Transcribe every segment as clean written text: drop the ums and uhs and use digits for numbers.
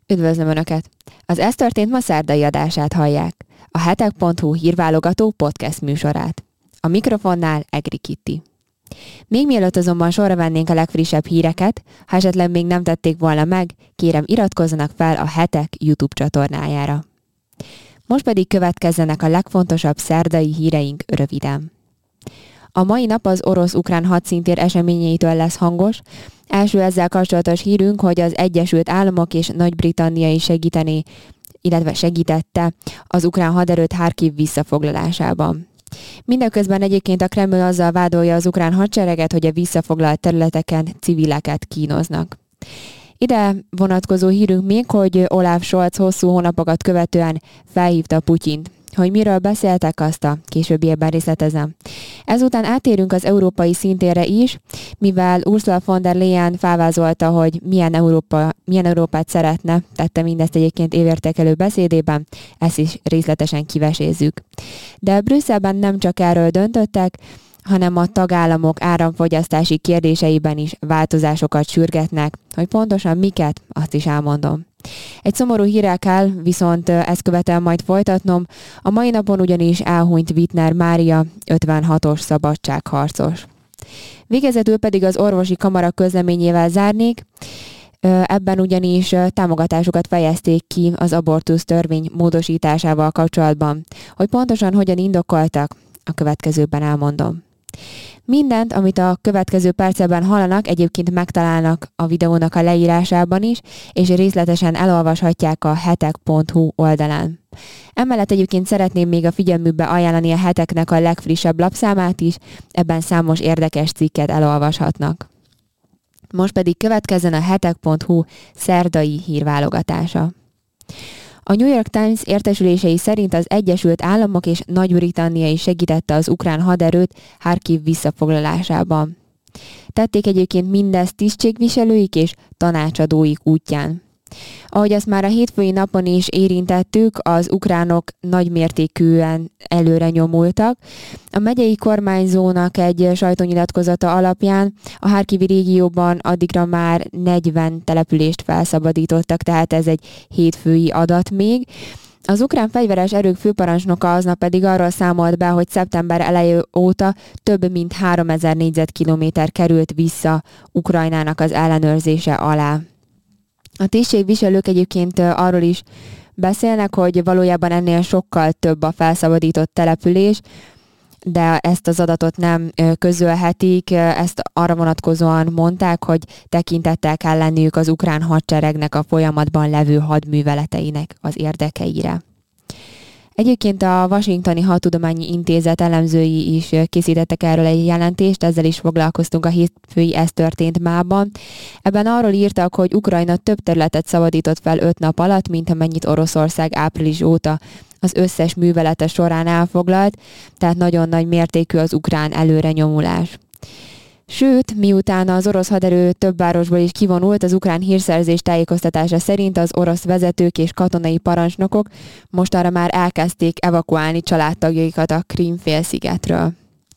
Üdvözlöm Önöket! Az Ez történt ma szerdai adását hallják, a hetek.hu hírválogató podcast műsorát. A mikrofonnál Egri Kitti. Még mielőtt azonban sorra vennénk a legfrissebb híreket, ha esetleg még nem tették volna meg, kérem iratkozzanak fel a Hetek YouTube csatornájára. Most pedig következzenek a legfontosabb szerdai híreink röviden. A mai nap az orosz-ukrán hadszintér eseményeitől lesz hangos. Első ezzel kapcsolatos hírünk, hogy az Egyesült Államok és Nagy-Britannia is segítette az ukrán haderőt Harkiv visszafoglalásában. Mindeközben egyébként a Kreml azzal vádolja az ukrán hadsereget, hogy a visszafoglalt területeken civileket kínoznak. Ide vonatkozó hírünk még, hogy Olaf Scholz hosszú hónapokat követően felhívta Putyint. Hogy miről beszéltek, azt a későbbiekben részletezem. Ezután átérünk az európai szintérre is, mivel Ursula von der Leyen felvázolta, hogy milyen Európát szeretne, tette mindezt egyébként évértékelő beszédében, ezt is részletesen kivesézzük. De Brüsszelben nem csak erről döntöttek, hanem a tagállamok áramfogyasztási kérdéseiben is változásokat sürgetnek, hogy pontosan miket, azt is elmondom. Egy szomorú hírrel kell, viszont ezt követően majd folytatnom. A mai napon ugyanis elhunyt Wittner Mária, 56-os szabadságharcos. Végezetül pedig az orvosi kamara közleményével zárnék. Ebben ugyanis támogatásukat fejezték ki az abortusz törvény módosításával kapcsolatban. Hogy pontosan hogyan indokoltak, a következőben elmondom. Mindent, amit a következő percekben hallanak, egyébként megtalálnak a videónak a leírásában is, és részletesen elolvashatják a hetek.hu oldalán. Emellett egyébként szeretném még a figyelmükbe ajánlani a Heteknek a legfrissebb lapszámát is, ebben számos érdekes cikket elolvashatnak. Most pedig következzen a hetek.hu szerdai hírválogatása. A New York Times értesülései szerint az Egyesült Államok és Nagy-Britannia is segítette az ukrán haderőt Harkiv visszafoglalásában. Tették egyébként mindezt tisztségviselőik és tanácsadóik útján. Ahogy azt már a hétfői napon is érintettük, az ukránok nagymértékűen előre nyomultak. A megyei kormányzónak egy sajtónyilatkozata alapján a Harkivi régióban addigra már 40 települést felszabadítottak, tehát ez egy hétfői adat még. Az ukrán fegyveres erők főparancsnoka aznap pedig arról számolt be, hogy szeptember eleje óta több mint 3000 négyzetkilométer került vissza Ukrajnának az ellenőrzése alá. A tisztségviselők egyébként arról is beszélnek, hogy valójában ennél sokkal több a felszabadított település, de ezt az adatot nem közölhetik, ezt arra vonatkozóan mondták, hogy tekintettel kell lenniük az ukrán hadseregnek a folyamatban levő hadműveleteinek az érdekeire. Egyébként a Washingtoni Hadtudományi Intézet elemzői is készítettek erről egy jelentést, ezzel is foglalkoztunk a hétfői Ez történt mában. Ebben arról írtak, hogy Ukrajna több területet szabadított fel 5 nap alatt, mint amennyit Oroszország április óta az összes művelete során elfoglalt, tehát nagyon nagy mértékű az ukrán előrenyomulás. Sőt, miután az orosz haderő több városból is kivonult, az ukrán hírszerzés tájékoztatása szerint az orosz vezetők és katonai parancsnokok mostanra már elkezdték evakuálni családtagjaikat a Krím-félszigetről.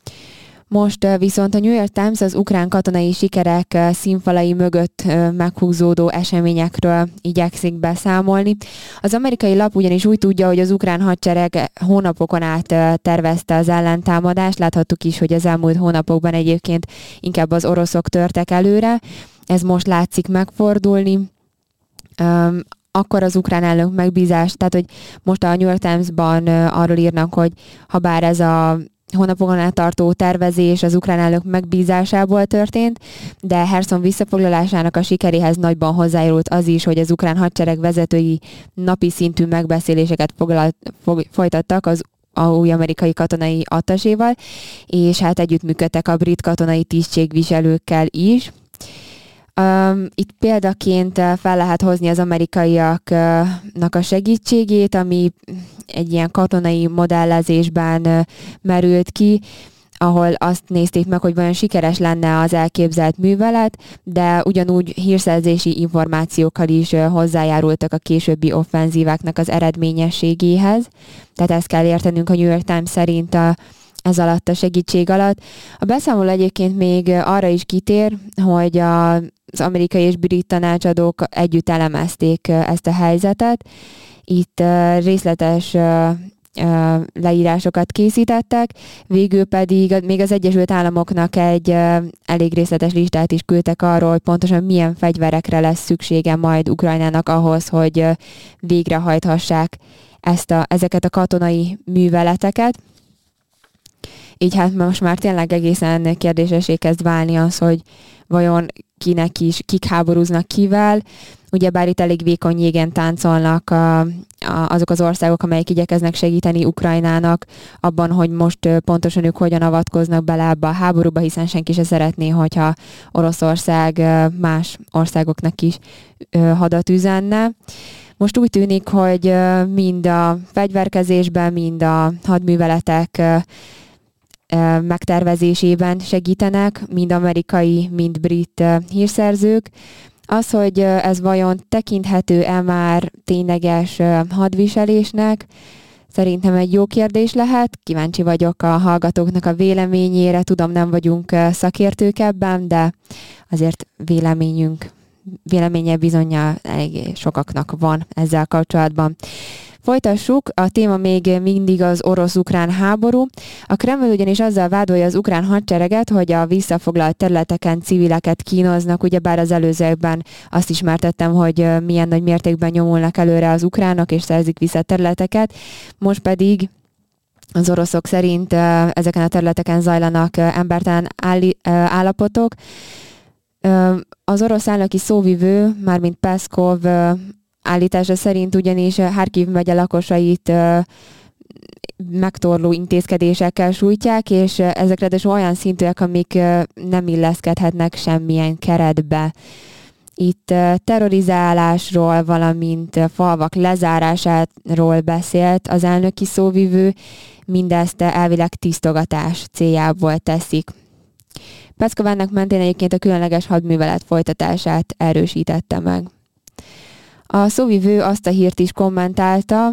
Most viszont a New York Times az ukrán katonai sikerek színfalai mögött meghúzódó eseményekről igyekszik beszámolni. Az amerikai lap ugyanis úgy tudja, hogy az ukrán hadsereg hónapokon át tervezte az ellentámadást. Láthattuk is, hogy az elmúlt hónapokban egyébként inkább az oroszok törtek előre. Ez most látszik megfordulni. Akkor az ukrán elnök megbízás, tehát hogy most a New York Times-ban arról írnak, hogy ha bár ez a hónapokon át tartó tervezés az ukrán elnök megbízásából történt, de Herson visszafoglalásának a sikeréhez nagyban hozzájárult az is, hogy az ukrán hadsereg vezetői napi szintű megbeszéléseket folytattak az új amerikai katonai attaséval, és hát együttműködtek a brit katonai tisztségviselőkkel is. Itt példaként fel lehet hozni az amerikaiaknak a segítségét, ami egy ilyen katonai modellezésben merült ki, ahol azt nézték meg, hogy vajon sikeres lenne az elképzelt művelet, de ugyanúgy hírszerzési információkkal is hozzájárultak a későbbi offenzíváknak az eredményességéhez. Tehát ezt kell értenünk, a New York Times szerint ez alatt a segítség alatt. A beszámoló egyébként még arra is kitér, hogy az amerikai és brit tanácsadók együtt elemezték ezt a helyzetet. Itt részletes leírásokat készítettek, végül pedig még az Egyesült Államoknak egy elég részletes listát is küldtek arról, hogy pontosan milyen fegyverekre lesz szüksége majd Ukrajnának ahhoz, hogy végrehajthassák ezeket a katonai műveleteket. Így hát most már tényleg egészen kérdésessé kezd válni az, hogy vajon kik háborúznak kivel. Ugyebár itt elég vékony jégen táncolnak azok az országok, amelyek igyekeznek segíteni Ukrajnának abban, hogy most pontosan ők hogyan avatkoznak bele ebbe a háborúba, hiszen senki se szeretné, hogyha Oroszország más országoknak is hadat üzenne. Most úgy tűnik, hogy mind a fegyverkezésben, mind a hadműveletek megtervezésében segítenek, mind amerikai, mind brit hírszerzők. Az, hogy ez vajon tekinthető-e már tényleges hadviselésnek, szerintem egy jó kérdés lehet. Kíváncsi vagyok a hallgatóknak a véleményére. Tudom, nem vagyunk szakértők ebben, de azért véleménye bizonnyal elég sokaknak van ezzel kapcsolatban. Folytassuk, a téma még mindig az orosz-ukrán háború. A Kreml ugyanis azzal vádolja az ukrán hadsereget, hogy a visszafoglalt területeken civileket kínoznak, ugyebár az előzőekben azt ismertettem, hogy milyen nagy mértékben nyomulnak előre az ukránok és szerzik vissza területeket. Most pedig az oroszok szerint ezeken a területeken zajlanak embertelen állapotok. Az orosz elnöki szóvivő, mármint Peszkov állítása szerint ugyanis Harkiv megye lakosait megtorló intézkedésekkel sújtják, és ezekre is olyan szintűek, amik nem illeszkedhetnek semmilyen keretbe. Itt terrorizálásról, valamint falvak lezárásáról beszélt az elnöki szóvivő, mindezt elvileg tisztogatás céljából teszik. Peszkov ennek mentén egyébként a különleges hadművelet folytatását erősítette meg. A szóvivő azt a hírt is kommentálta,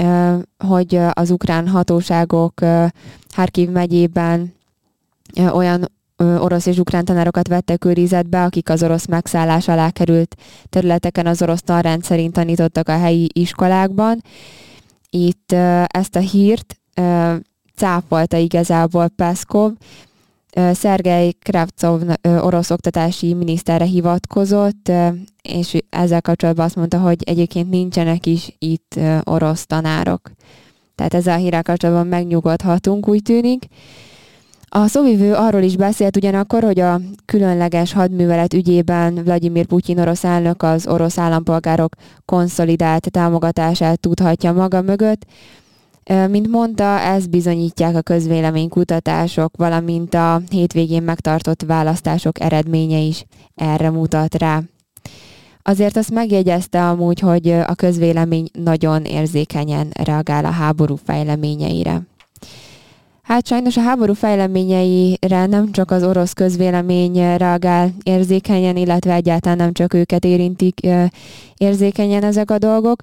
hogy az ukrán hatóságok Harkiv megyében olyan orosz és ukrán tanárokat vettek őrizetbe, akik az orosz megszállás alá került területeken az orosz tanrend szerint tanítottak a helyi iskolákban. Itt ezt a hírt cáfolta igazából Peszkov. Szergej Kravcov orosz oktatási miniszterre hivatkozott, és ezzel kapcsolatban azt mondta, hogy egyébként nincsenek is itt orosz tanárok. Tehát ezzel a hírrel kapcsolatban megnyugodhatunk, úgy tűnik. A szóvivő arról is beszélt ugyanakkor, hogy a különleges hadművelet ügyében Vladimir Putyin orosz elnök az orosz állampolgárok konszolidált támogatását tudhatja maga mögött. Mint mondta, ezt bizonyítják a közvéleménykutatások, valamint a hétvégén megtartott választások eredménye is erre mutat rá. Azért azt megjegyezte amúgy, hogy a közvélemény nagyon érzékenyen reagál a háború fejleményeire. Hát sajnos a háború fejleményeire nem csak az orosz közvélemény reagál érzékenyen, illetve egyáltalán nem csak őket érintik érzékenyen ezek a dolgok,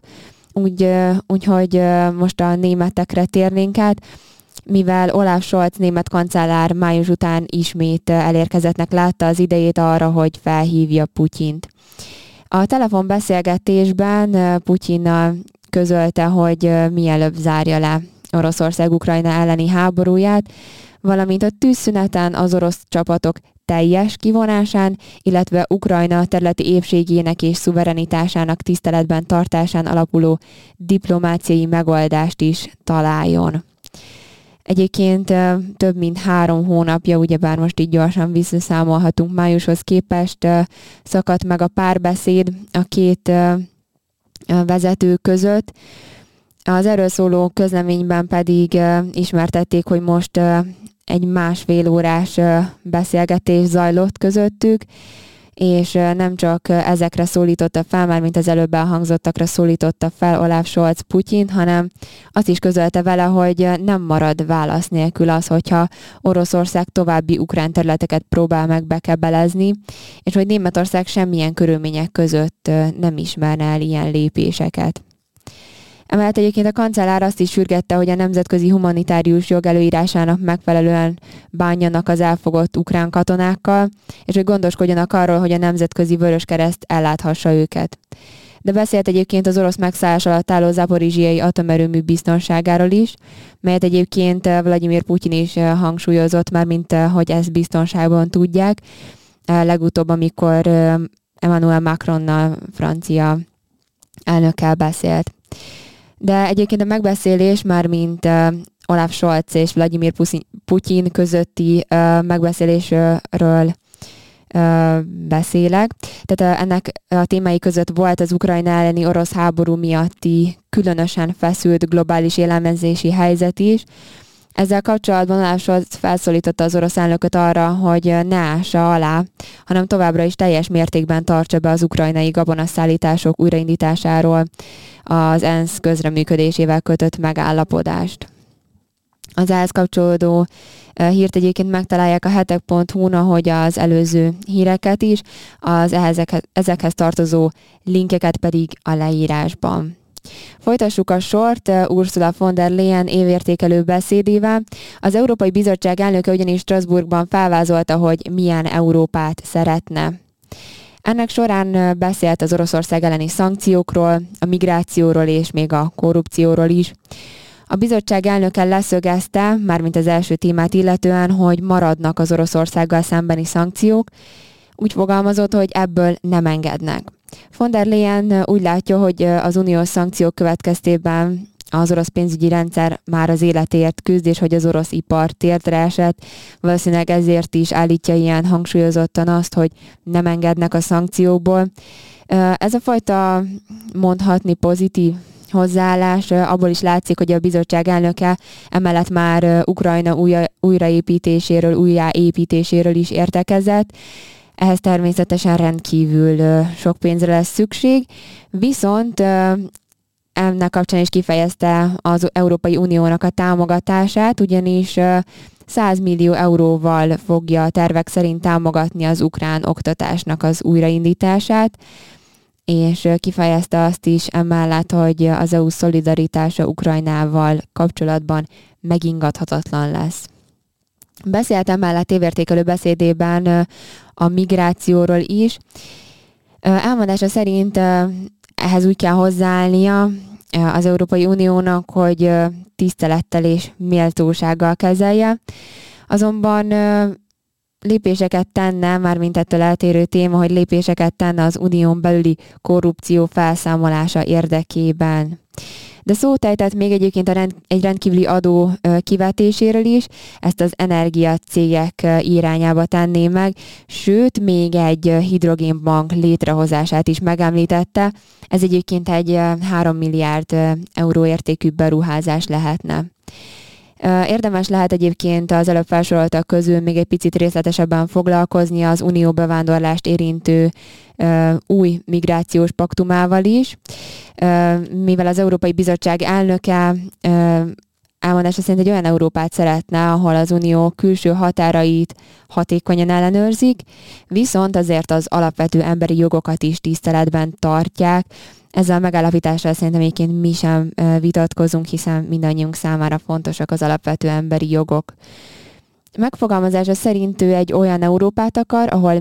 úgyhogy most a németekre térnénk át, mivel Olaf Scholz német kancellár május után ismét elérkezettnek látta az idejét arra, hogy felhívja Putyint. A telefonbeszélgetésben Putyinnal közölte, hogy mielőbb zárja le Oroszország Ukrajna elleni háborúját, valamint a tűzszüneten az orosz csapatok teljes kivonásán, illetve Ukrajna területi épségének és szuverenitásának tiszteletben tartásán alapuló diplomáciai megoldást is találjon. Egyébként több mint 3 hónapja, ugyebár most így gyorsan visszaszámolhatunk májushoz képest, szakadt meg a párbeszéd a két vezető között. Az erről szóló közleményben pedig ismertették, hogy most egy 1,5 órás beszélgetés zajlott közöttük, és nem csak ezekre szólította fel, már mint az előbb elhangzottakra szólította fel Olaf Scholz Putyin, hanem azt is közölte vele, hogy nem marad válasz nélkül az, hogyha Oroszország további ukrán területeket próbál meg bekebelezni, és hogy Németország semmilyen körülmények között nem ismerne el ilyen lépéseket. Emellett egyébként a kancellár azt is sürgette, hogy a nemzetközi humanitárius jog előírásának megfelelően bánjanak az elfogott ukrán katonákkal, és hogy gondoskodjanak arról, hogy a Nemzetközi Vöröskereszt elláthassa őket. De beszélt egyébként az orosz megszállás alatt álló zaporizsiai atomerőmű biztonságáról is, melyet egyébként Vladimir Putyin is hangsúlyozott már, mint hogy ezt biztonságban tudják. Legutóbb, amikor Emmanuel Macronnal, francia elnökkel beszélt. De egyébként a megbeszélés már mint Olaf Scholz és Vladimir Putyin közötti megbeszélésről beszélek. Tehát ennek a témái között volt az Ukrajna elleni orosz háború miatti különösen feszült globális élelmezési helyzet is. Ezzel kapcsolatban Olaf Scholz felszólította az orosz elnököt arra, hogy ne ássa alá, hanem továbbra is teljes mértékben tartsa be az ukrajnai gabonaszállítások újraindításáról az ENSZ közreműködésével kötött megállapodást. Az ehhez kapcsolódó hírt egyébként megtalálják a hetek.hu-n, ahogy az előző híreket is, ezekhez tartozó linkeket pedig a leírásban. Folytassuk a sort Ursula von der Leyen évértékelő beszédével. Az Európai Bizottság elnöke ugyanis Strasbourgban felvázolta, hogy milyen Európát szeretne. Ennek során beszélt az Oroszország elleni szankciókról, a migrációról és még a korrupcióról is. A bizottság elnöke leszögezte, mármint az első témát illetően, hogy maradnak az Oroszországgal szembeni szankciók, úgy fogalmazott, hogy ebből nem engednek. Von der Leyen úgy látja, hogy az uniós szankciók következtében az orosz pénzügyi rendszer már az életéért küzd, és hogy az orosz ipar térdre esett. Valószínűleg ezért is állítja ilyen hangsúlyozottan azt, hogy nem engednek a szankciókból. Ez a fajta mondhatni pozitív hozzáállás abból is látszik, hogy a bizottság elnöke emellett már Ukrajna újjáépítéséről is értekezett. Ehhez természetesen rendkívül sok pénzre lesz szükség, viszont ennek kapcsán is kifejezte az Európai Uniónak a támogatását, ugyanis 100 millió euróval fogja a tervek szerint támogatni az ukrán oktatásnak az újraindítását, és kifejezte azt is emellett, hogy az EU szolidaritása Ukrajnával kapcsolatban megingathatatlan lesz. Beszélt emellett évértékelő beszédében a migrációról is. Elmondása szerint ehhez úgy kell hozzáállnia az Európai Uniónak, hogy tisztelettel és méltósággal kezelje. Azonban lépéseket tenne, mármint ettől eltérő téma, hogy lépéseket tenne az unión belüli korrupció felszámolása érdekében. De szót ejtett még egyébként egy rendkívüli adó kivetéséről is, ezt az energiacégek irányába tenné meg, sőt, még egy hidrogénbank létrehozását is megemlítette. Ez egyébként egy 3 milliárd euró értékű beruházás lehetne. Érdemes lehet egyébként az előbb felsoroltak közül még egy picit részletesebben foglalkozni az unió bevándorlást érintő új migrációs paktumával is, mivel az Európai Bizottság elnöke elmondása szerint egy olyan Európát szeretne, ahol az unió külső határait hatékonyan ellenőrzik, viszont azért az alapvető emberi jogokat is tiszteletben tartják. Ezzel a megállapítással szerintem egyébként mi sem vitatkozunk, hiszen mindannyiunk számára fontosak az alapvető emberi jogok. Megfogalmazása szerint ő egy olyan Európát akar, ahol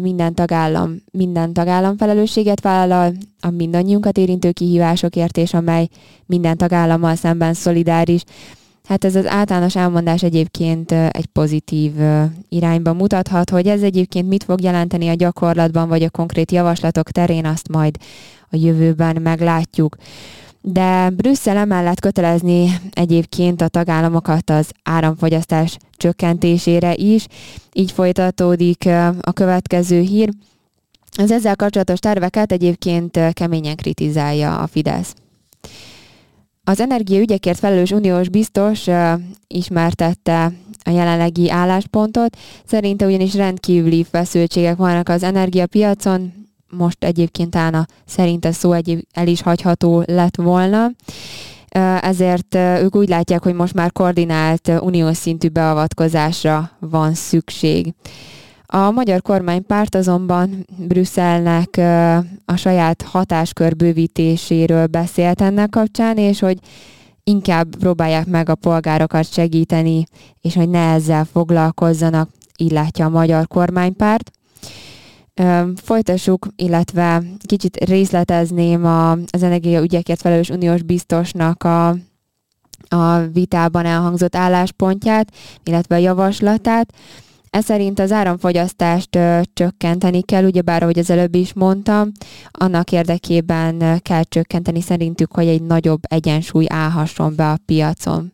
minden tagállam felelősséget vállal a mindannyiunkat érintő kihívásokért, és amely minden tagállammal szemben szolidáris. Hát ez az általános elmondás egyébként egy pozitív irányba mutathat, hogy ez egyébként mit fog jelenteni a gyakorlatban, vagy a konkrét javaslatok terén, azt majd a jövőben meglátjuk. De Brüsszel emellett kötelezni egyébként a tagállamokat az áramfogyasztás csökkentésére is. Így folytatódik a következő hír. Az ezzel kapcsolatos terveket egyébként keményen kritizálja a Fidesz. Az energiaügyekért felelős uniós biztos ismertette a jelenlegi álláspontot. Szerinte ugyanis rendkívüli feszültségek vannak az energiapiacon, most egyébként talán a szerint a szó el is hagyható lett volna. Ezért ők úgy látják, hogy most már koordinált uniós szintű beavatkozásra van szükség. A magyar kormánypárt azonban Brüsszelnek a saját hatáskör bővítéséről beszélt ennek kapcsán, és hogy inkább próbálják meg a polgárokat segíteni, és hogy ne ezzel foglalkozzanak, így látja a magyar kormánypárt. Folytassuk, illetve kicsit részletezném az energiaügyekért felelős uniós biztosnak a vitában elhangzott álláspontját, illetve a javaslatát. Ez szerint az áramfogyasztást csökkenteni kell, ugyebár, ahogy az előbb is mondtam, annak érdekében kell csökkenteni szerintük, hogy egy nagyobb egyensúly állhasson be a piacon.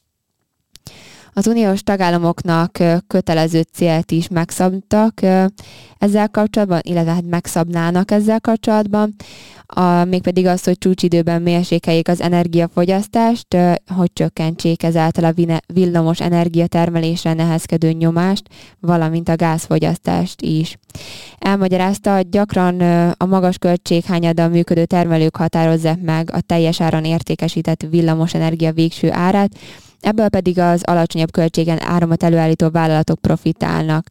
Az uniós tagállamoknak kötelező célt is megszabtak ezzel kapcsolatban, illetve hát megszabnának ezzel kapcsolatban, mégpedig az, hogy csúcsidőben mérsékeljék az energiafogyasztást, hogy csökkentsék ezáltal a villamos energiatermelésre nehezkedő nyomást, valamint a gázfogyasztást is. Elmagyarázta, gyakran a magas költséghányaddal működő termelők határozzák meg a teljes áron értékesített villamos energia végső árát, ebből pedig az alacsonyabb költségen áramot előállító vállalatok profitálnak.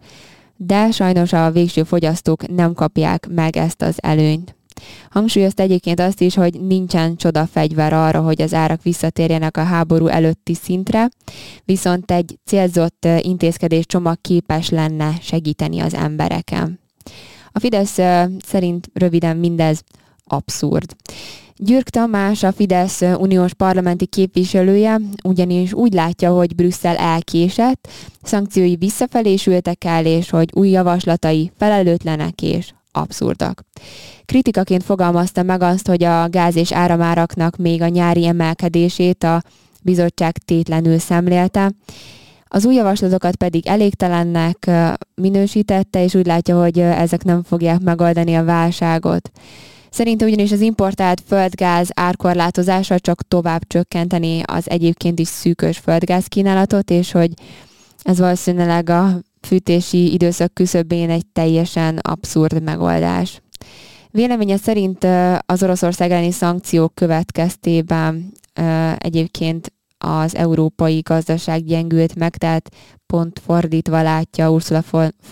De sajnos a végső fogyasztók nem kapják meg ezt az előnyt. Hangsúlyozta egyébként azt is, hogy nincsen csodafegyver arra, hogy az árak visszatérjenek a háború előtti szintre, viszont egy célzott intézkedés csomag képes lenne segíteni az embereken. A Fidesz szerint röviden mindez abszurd. Gyürk Tamás, a Fidesz uniós parlamenti képviselője ugyanis úgy látja, hogy Brüsszel elkésett, szankciói visszafelé sültek el, és hogy új javaslatai felelőtlenek és abszurdak. Kritikaként fogalmazta meg azt, hogy a gáz- és áramáraknak még a nyári emelkedését a bizottság tétlenül szemlélte, az új javaslatokat pedig elégtelennek minősítette, és úgy látja, hogy ezek nem fogják megoldani a válságot. Szerinte ugyanis az importált földgáz árkorlátozása csak tovább csökkenteni az egyébként is szűkös földgázkínálatot, és hogy ez valószínűleg a fűtési időszak küszöbén egy teljesen abszurd megoldás. Véleménye szerint az Oroszország elleni szankciók következtében egyébként az európai gazdaság gyengült meg, tehát pont fordítva látja Ursula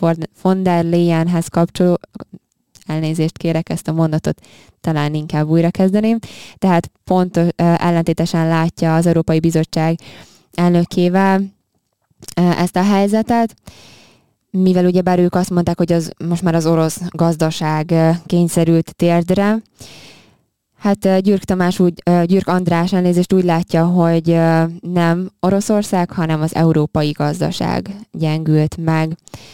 von der Leyenhez kapcsoló, elnézést kérek, ezt a mondatot talán inkább újra kezdeném, tehát pont ellentétesen látja az Európai Bizottság elnökével ezt a helyzetet, mivel ugyebár ők azt mondták, hogy most már az orosz gazdaság kényszerült térdre. Hát Gyürk András elnézést úgy látja, hogy nem Oroszország, hanem az európai gazdaság gyengült meg.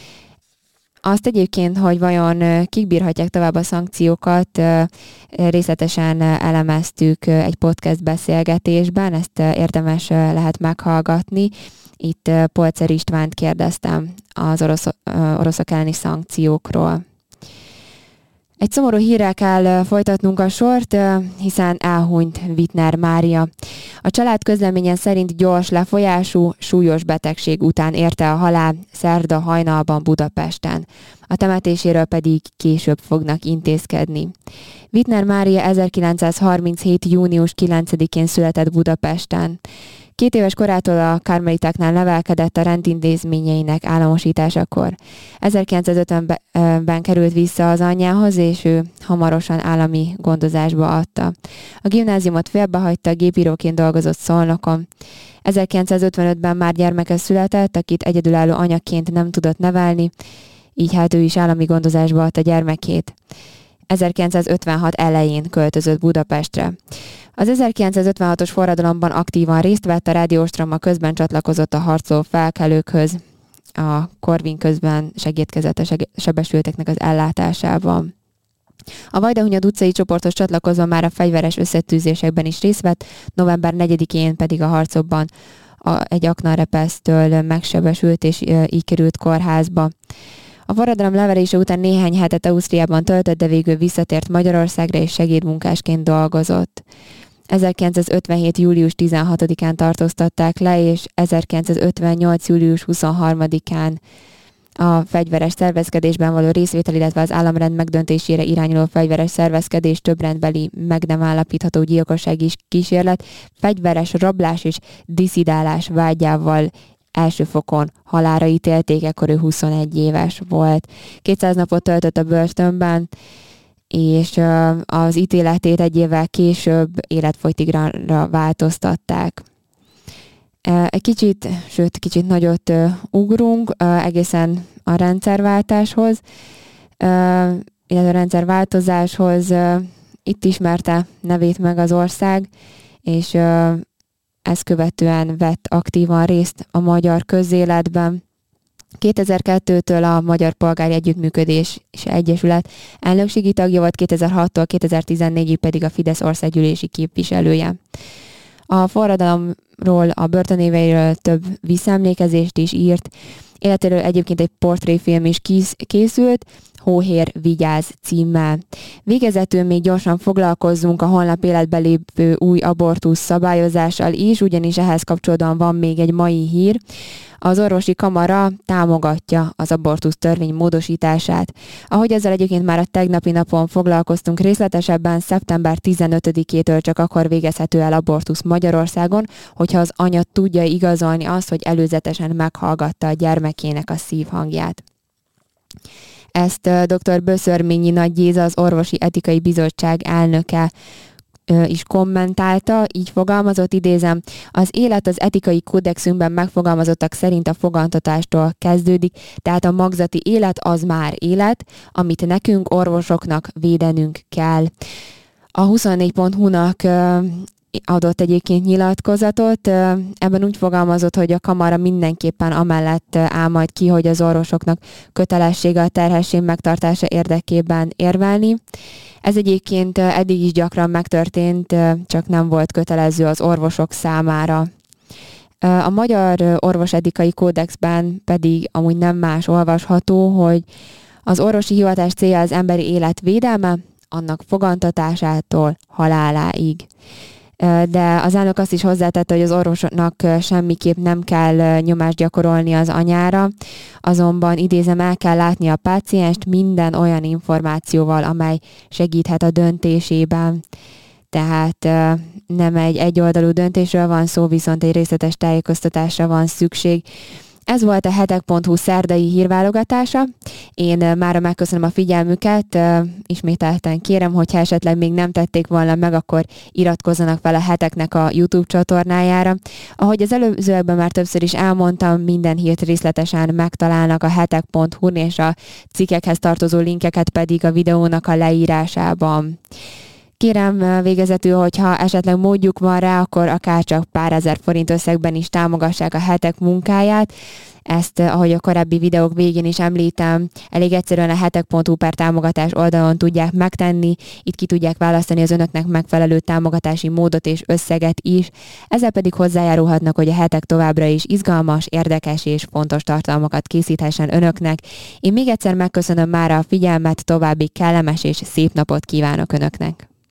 Azt egyébként, hogy vajon kik bírhatják tovább a szankciókat, részletesen elemeztük egy podcast beszélgetésben, ezt érdemes lehet meghallgatni. Itt Polcer Istvánt kérdeztem az oroszok elleni szankciókról. Egy szomorú hírrel kell folytatnunk a sort, hiszen elhunyt Wittner Mária. A család közleményen szerint gyors lefolyású, súlyos betegség után érte a halál szerda hajnalban Budapesten. A temetéséről pedig később fognak intézkedni. Wittner Mária 1937. június 9-én született Budapesten. 2 éves korától a karmelitáknál nevelkedett a rendintézményeinek államosításakor. 1950-ben került vissza az anyjához, és ő hamarosan állami gondozásba adta. A gimnáziumot félbehagyta, gépíróként dolgozott Szolnokon. 1955-ben már gyermeke született, akit egyedülálló anyaként nem tudott nevelni, így hát ő is állami gondozásba adta gyermekét. 1956 elején költözött Budapestre. Az 1956-os forradalomban aktívan részt vett, a rádióstrama közben csatlakozott a harcoló felkelőkhöz, a Korvin közben segítkezett a sebesülteknek az ellátásában. A Vajdahunyad utcai csoporthoz csatlakozva már a fegyveres összetűzésekben is részt vett, november 4-én pedig a harcokban egy aknarepesztől megsebesült és így került kórházba. A forradalom leverése után néhány hetet Ausztriában töltött, de végül visszatért Magyarországra és segédmunkásként dolgozott. 1957. július 16-án tartóztatták le, és 1958. július 23-án a fegyveres szervezkedésben való részvétel, illetve az államrend megdöntésére irányuló fegyveres szervezkedés, több rendbeli meg nem állapítható gyilkossági kísérlet, fegyveres rablás és diszidálás vágyával első fokon halálra ítélték, ekkor ő 21 éves volt. 200 napot töltött a börtönben, és az ítéletét egy évvel később életfogytigra változtatták. Egy kicsit nagyot ugrunk egészen a rendszerváltáshoz, illetve a rendszerváltozáshoz. Itt ismerte nevét meg az ország, és ezt követően vett aktívan részt a magyar közéletben. 2002-től a Magyar Polgári Együttműködés és Egyesület elnökségi tagja volt, 2006-tól 2014-ig pedig a Fidesz országgyűlési képviselője. A forradalomról, a börtönéveiről több visszaemlékezést is írt, életéről egyébként egy portréfilm is készült, Hóhér vigyáz címmel. Végezetül még gyorsan foglalkozzunk a holnap életbe lépő új abortusz szabályozással is, ugyanis ehhez kapcsolódóan van még egy mai hír. Az orvosi kamara támogatja az abortusz törvény módosítását. Ahogy ezzel egyébként már a tegnapi napon foglalkoztunk részletesebben, szeptember 15-től csak akkor végezhető el abortusz Magyarországon, hogyha az anya tudja igazolni azt, hogy előzetesen meghallgatta a gyermekének a szívhangját. Ezt dr. Böszörményi Nagy Géza, az Orvosi Etikai Bizottság elnöke is kommentálta, így fogalmazott, idézem, az élet az etikai kódexünkben megfogalmazottak szerint a fogantatástól kezdődik, tehát a magzati élet az már élet, amit nekünk orvosoknak védenünk kell. A 24.hu-nak adott egyébként nyilatkozatot, ebben úgy fogalmazott, hogy a kamara mindenképpen amellett áll majd ki, hogy az orvosoknak kötelessége a terhesség megtartása érdekében érvelni. Ez egyébként eddig is gyakran megtörtént, csak nem volt kötelező az orvosok számára. A Magyar Orvosetikai Kódexben pedig amúgy nem más olvasható, hogy az orvosi hivatás célja az emberi élet védelme, annak fogantatásától haláláig. De az elnök azt is hozzátette, hogy az orvosnak semmiképp nem kell nyomást gyakorolni az anyára, azonban idézem, el kell látni a pácienst minden olyan információval, amely segíthet a döntésében. Tehát nem egy egyoldalú döntésről van szó, viszont egy részletes tájékoztatásra van szükség. Ez volt a hetek.hu szerdai hírválogatása. Én mára megköszönöm a figyelmüket, ismételten kérem, hogyha esetleg még nem tették volna meg, akkor iratkozzanak fel a Heteknek a YouTube csatornájára. Ahogy az előzőekben már többször is elmondtam, minden hírt részletesen megtalálnak a hetek.hu-n, és a cikkekhez tartozó linkeket pedig a videónak a leírásában. Kérem végezetül, hogyha esetleg módjuk van rá, akkor akár csak pár ezer forint összegben is támogassák a Hetek munkáját. Ezt, ahogy a korábbi videók végén is említem, elég egyszerűen a hetek.hu/támogatás oldalon tudják megtenni, itt ki tudják választani az önöknek megfelelő támogatási módot és összeget is, ezzel pedig hozzájárulhatnak, hogy a Hetek továbbra is izgalmas, érdekes és fontos tartalmakat készíthessen önöknek. Én még egyszer megköszönöm mára a figyelmet, további kellemes és szép napot kívánok önöknek!